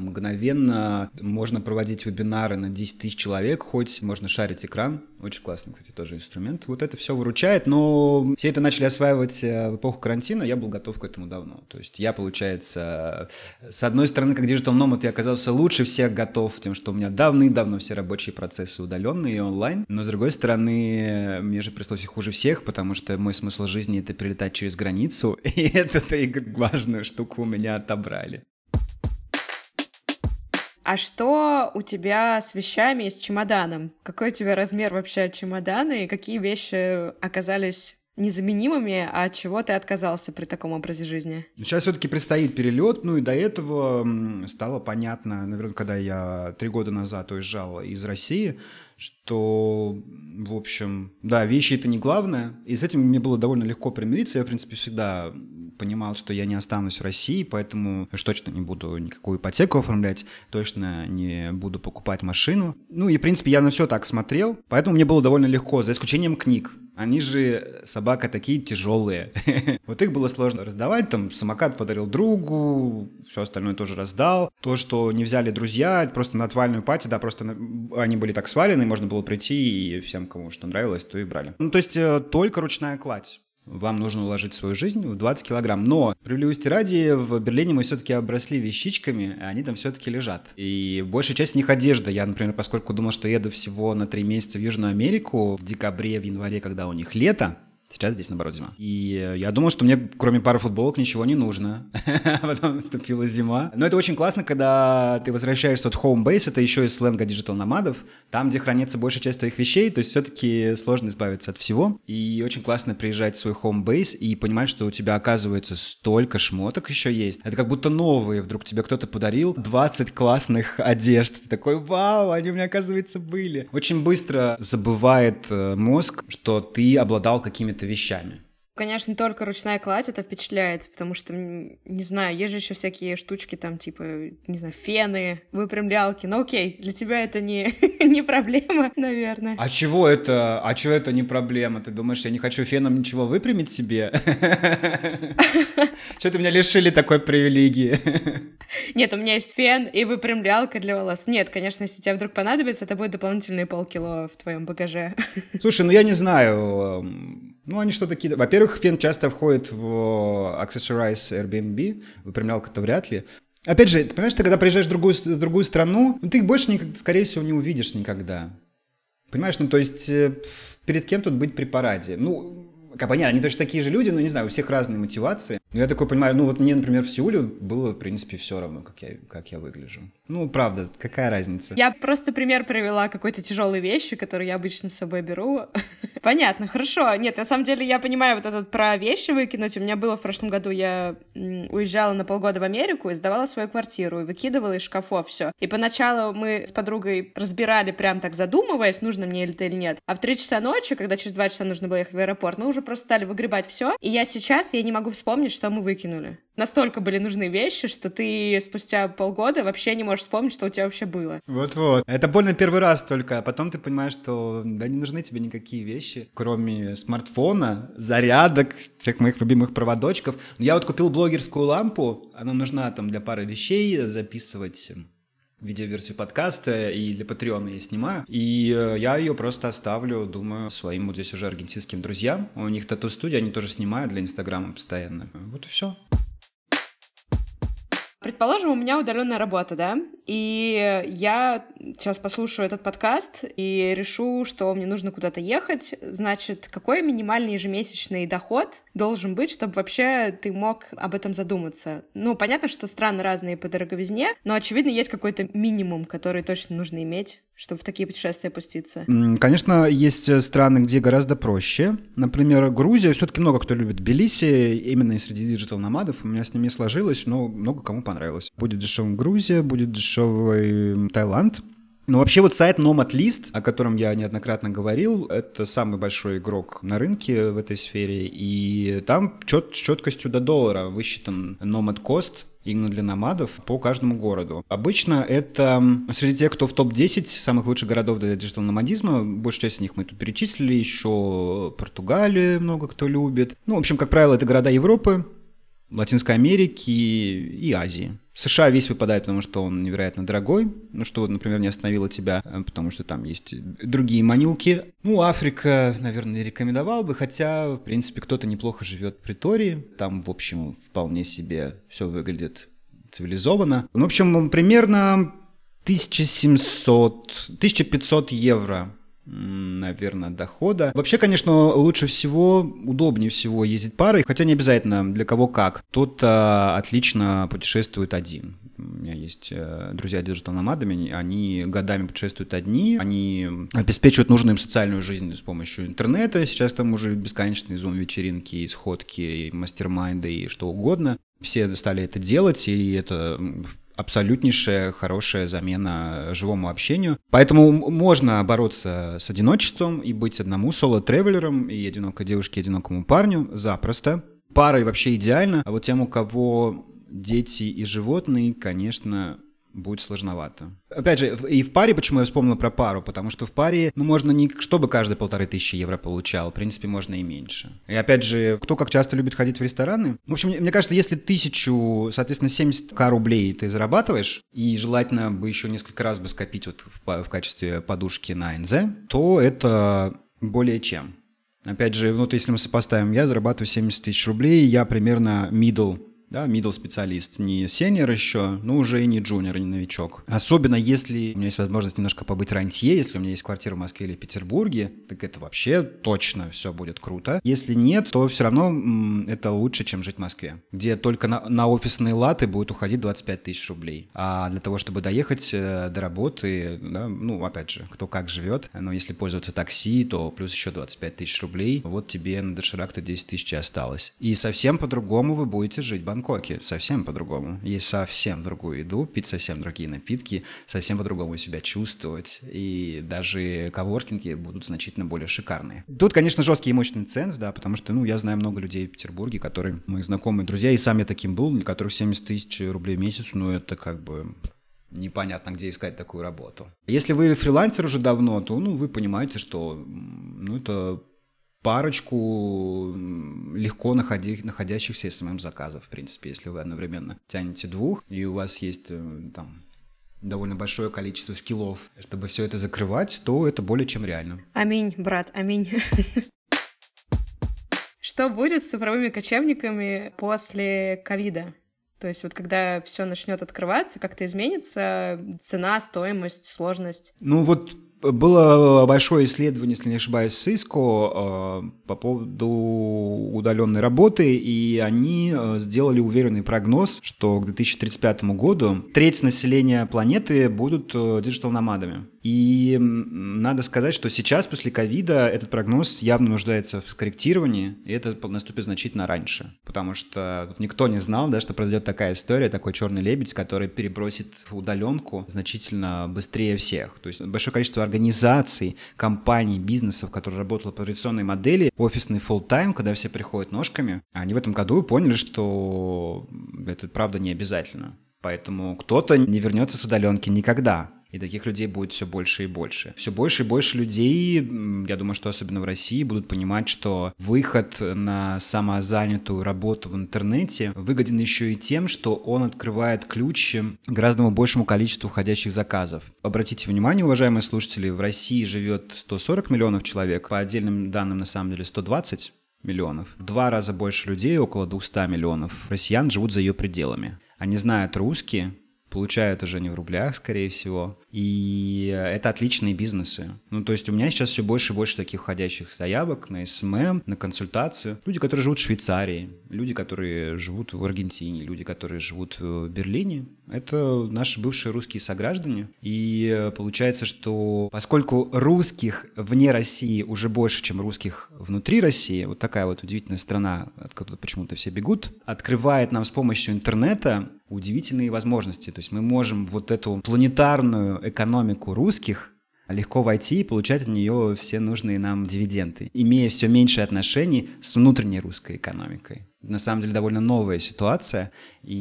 мгновенно. Можно проводить вебинары на 10 тысяч человек, хоть можно шарить экран. Очень классный, кстати, тоже инструмент. Вот это все выручает, но все это начали осваивать в эпоху карантина, я был готов к этому давно. То есть я, получается, с одной стороны, как Digital Nomad, я оказался лучше всех готов тем, что у меня давным-давно все рабочие процессы удаленные и онлайн. Но, с другой стороны, мне же пришлось и хуже всех, потому что мой смысл жизни — это перелетать через границу, и эту важную штуку у меня отобрали. А что у тебя с вещами и с чемоданом? Какой у тебя размер вообще чемодана и какие вещи оказались незаменимыми, а от чего ты отказался при таком образе жизни? Сейчас все-таки предстоит перелет, и до этого стало понятно, наверное, когда я 3 года назад уезжал из России, что, в общем, да, вещи — это не главное, и с этим мне было довольно легко примириться. Я, в принципе, всегда понимал, что я не останусь в России, поэтому уж точно не буду никакую ипотеку оформлять, точно не буду покупать машину. И, в принципе, я на все так смотрел, поэтому мне было довольно легко, за исключением книг. Они же, собака, такие тяжелые. Вот их было сложно раздавать. Там самокат подарил другу, все остальное тоже раздал. То, что не взяли друзья, просто на отвальную пати, да, просто они были так свалены, можно было прийти, и всем, кому что нравилось, то и брали. То есть только ручная кладь. Вам нужно уложить свою жизнь в 20 килограмм. Но, справедливости ради, в Берлине мы все-таки обросли вещичками, а они там все-таки лежат. И большая часть из них одежда. Я, например, поскольку думал, что еду всего на 3 месяца в Южную Америку, в декабре, в январе, когда у них лето, сейчас здесь, наоборот, зима. И я думал, что мне, кроме пары футболок, ничего не нужно. Потом наступила зима. Но это очень классно, когда ты возвращаешься от home base, это еще из сленга диджитал-номадов, там, где хранится большая часть твоих вещей, то есть все-таки сложно избавиться от всего. И очень классно приезжать в свой home base и понимать, что у тебя, оказывается, столько шмоток еще есть. Это как будто новые. Вдруг тебе кто-то подарил 20 классных одежд. Ты такой: вау, они у меня, оказывается, были. Очень быстро забывает мозг, что ты обладал какими-то вещами. Конечно, только ручная кладь это впечатляет, потому что, не знаю, есть же еще всякие штучки там, типа, не знаю, фены, выпрямлялки. Ну окей, для тебя это не проблема, наверное. А чего это не проблема? Ты думаешь, я не хочу феном ничего выпрямить себе? Что-то меня лишили такой привилегии. Нет, у меня есть фен и выпрямлялка для волос. Нет, конечно, если тебе вдруг понадобится, это будет дополнительные полкило в твоем багаже. Слушай, я не знаю. Они что такие... Во-первых, фен часто входит в Accessorize Airbnb, выпрямлялка-то вряд ли. Опять же, ты понимаешь, ты когда приезжаешь в другую страну, ты их больше, скорее всего, не увидишь никогда. Понимаешь, то есть перед кем тут быть при параде? Понятно, они точно такие же люди, но, не знаю, у всех разные мотивации. Но я такой понимаю, мне, например, в Сеуле было, в принципе, все равно, как я выгляжу. Правда, какая разница? Я просто пример привела какой-то тяжелой вещи, которую я обычно с собой беру. Понятно, хорошо. Нет, на самом деле я понимаю вот это про вещи выкинуть. У меня было в прошлом году, я уезжала на полгода в Америку и сдавала свою квартиру, и выкидывала из шкафов все. И поначалу мы с подругой разбирали, прям так задумываясь, нужно мне это или нет. А в 3 часа ночи, когда через 2 часа нужно было ехать в аэропорт, мы уже просто стали выгребать все. И я не могу вспомнить, что мы выкинули. Настолько были нужны вещи, что ты спустя полгода вообще не можешь вспомнить, что у тебя вообще было. Вот-вот. Это больно первый раз только, а потом ты понимаешь, что не нужны тебе никакие вещи, кроме смартфона, зарядок, всех моих любимых проводочков. Я купил блогерскую лампу, она нужна для пары вещей, записывать видеоверсию подкаста, и для Патреона я снимаю. И я ее просто оставлю, думаю, своим здесь уже аргентинским друзьям. У них тату-студия, они тоже снимают для Инстаграма постоянно. Вот и все. Предположим, у меня удаленная работа, да, и я сейчас послушаю этот подкаст и решу, что мне нужно куда-то ехать. Значит, какой минимальный ежемесячный доход должен быть, чтобы вообще ты мог об этом задуматься? Понятно, что страны разные по дороговизне, но, очевидно, есть какой-то минимум, который точно нужно иметь, чтобы в такие путешествия пуститься. Конечно, есть страны, где гораздо проще. Например, Грузия. Все-таки много кто любит Тбилиси, именно и среди диджитал-номадов. У меня с ними сложилось, но много кому понравилось. Будет дешевым Грузия, будет дешевый Таиланд. Но вообще сайт Nomad List, о котором я неоднократно говорил, это самый большой игрок на рынке в этой сфере. И там с четкостью до доллара высчитан Nomad Cost именно для номадов по каждому городу. Обычно это среди тех, кто в топ-10 самых лучших городов для диджитал-номадизма, большая часть из них мы тут перечислили, еще Португалию много кто любит. В общем, как правило, это города Европы, Латинской Америки и Азии. США весь выпадает, потому что он невероятно дорогой, что, например, не остановило тебя, потому что там есть другие манюки. Африка, наверное, не рекомендовал бы, хотя, в принципе, кто-то неплохо живет в Притории, там, в общем, вполне себе все выглядит цивилизованно. В общем, примерно 1500 евро, наверное, дохода. Вообще, конечно, лучше всего, удобнее всего ездить парой, хотя не обязательно для кого как. Кто-то отлично путешествует один. У меня есть друзья диджитал-номадами, они годами путешествуют одни, они обеспечивают нужную им социальную жизнь с помощью интернета. Сейчас там уже бесконечные зум-вечеринки, сходки, мастер-майнды и что угодно. Все стали это делать, и это абсолютнейшая хорошая замена живому общению. Поэтому можно бороться с одиночеством и быть одному соло-тревелером и одинокой девушке, и одинокому парню запросто. Парой вообще идеально, а вот тем, у кого дети и животные, конечно, будет сложновато. Опять же, и в паре, почему я вспомнил про пару, потому что в паре, можно не чтобы каждый 1500 евро получал, в принципе, можно и меньше. И опять же, кто как часто любит ходить в рестораны. В общем, мне кажется, если 1000, соответственно, 70к рублей ты зарабатываешь, и желательно бы еще несколько раз бы скопить вот в качестве подушки на НЗ, то это более чем. Опять же, если мы сопоставим, я зарабатываю 70 тысяч рублей, я примерно middle специалист, не сеньор еще, но уже и не джуниор, и не новичок. Особенно если у меня есть возможность немножко побыть рантье, если у меня есть квартира в Москве или в Петербурге, так это вообще точно все будет круто. Если нет, то все равно это лучше, чем жить в Москве, где только на офисные латы будет уходить 25 тысяч рублей. А для того, чтобы доехать до работы, опять же, кто как живет, но если пользоваться такси, то плюс еще 25 тысяч рублей, вот тебе на доширак-то 10 тысяч осталось. И совсем по-другому вы будете жить в Бангкоке, совсем по-другому. Есть совсем другую еду, пить совсем другие напитки, совсем по-другому себя чувствовать. И даже коворкинги будут значительно более шикарные. Тут, конечно, жесткий имущественный ценз, потому что, я знаю много людей в Петербурге, которые мои знакомые друзья, и сам я таким был, для которых 70 тысяч рублей в месяц, это как бы непонятно, где искать такую работу. Если вы фрилансер уже давно, то, вы понимаете, что, это парочку легко находящихся СММ-заказов, в принципе, если вы одновременно тянете двух, и у вас есть там довольно большое количество скиллов, чтобы все это закрывать, то это более чем реально. Аминь, брат, аминь. Что будет с цифровыми кочевниками после ковида? То есть вот когда все начнет открываться, как-то изменится цена, стоимость, сложность? Было большое исследование, если не ошибаюсь, Cisco по поводу удаленной работы, и они сделали уверенный прогноз, что к 2035 году треть населения планеты будут диджитал-номадами. И надо сказать, что сейчас, после ковида, этот прогноз явно нуждается в корректировании, и это наступит значительно раньше, потому что никто не знал, что произойдет такая история, такой черный лебедь, который перебросит в удаленку значительно быстрее всех. То есть большое количество организаций, компаний, бизнесов, которые работали по традиционной модели, офисный full-time, когда все приходят ножками, они в этом году поняли, что это правда не обязательно. Поэтому кто-то не вернется с удаленки никогда. И таких людей будет все больше и больше. Все больше и больше людей, я думаю, что особенно в России, будут понимать, что выход на самозанятую работу в интернете выгоден еще и тем, что он открывает ключ к гораздо большему количеству входящих заказов. Обратите внимание, уважаемые слушатели, в России живет 140 миллионов человек, по отдельным данным, на самом деле, 120 миллионов. В 2 раза больше людей, около 200 миллионов россиян, живут за ее пределами. Они знают русский, получают уже не в рублях, скорее всего. И это отличные бизнесы. То есть у меня сейчас все больше и больше таких входящих заявок на СММ, на консультацию. Люди, которые живут в Швейцарии, люди, которые живут в Аргентине, люди, которые живут в Берлине. Это наши бывшие русские сограждане. И получается, что поскольку русских вне России уже больше, чем русских внутри России, вот такая вот удивительная страна, откуда почему-то все бегут, открывает нам с помощью интернета удивительные возможности. То есть мы можем вот эту планетарную экономику русских легко войти и получать от нее все нужные нам дивиденды, имея все меньше отношений с внутренней русской экономикой. На самом деле довольно новая ситуация,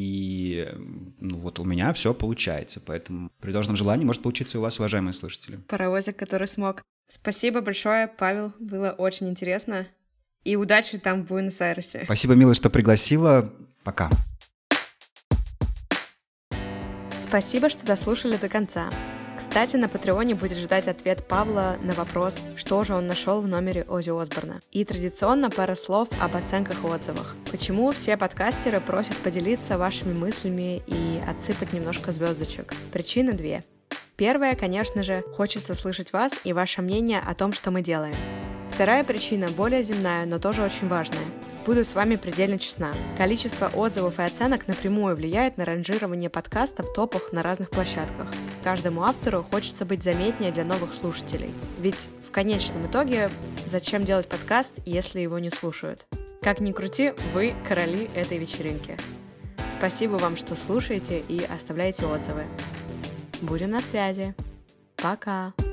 и у меня все получается, поэтому при должном желании может получиться и у вас, уважаемые слушатели. Паровозик, который смог. Спасибо большое, Павел, было очень интересно, и удачи там в Буэнос-Айресе. Спасибо, милая, что пригласила. Пока. Спасибо, что дослушали до конца. Кстати, на Патреоне будет ждать ответ Павла на вопрос, что же он нашел в номере Оззи Осборна. И традиционно пара слов об оценках и отзывах. Почему все подкастеры просят поделиться вашими мыслями и отсыпать немножко звездочек? Причины две. Первая, конечно же, хочется слышать вас и ваше мнение о том, что мы делаем. Вторая причина более земная, но тоже очень важная. Буду с вами предельно честна. Количество отзывов и оценок напрямую влияет на ранжирование подкаста в топах на разных площадках. Каждому автору хочется быть заметнее для новых слушателей. Ведь в конечном итоге зачем делать подкаст, если его не слушают? Как ни крути, вы короли этой вечеринки. Спасибо вам, что слушаете и оставляете отзывы. Будем на связи. Пока!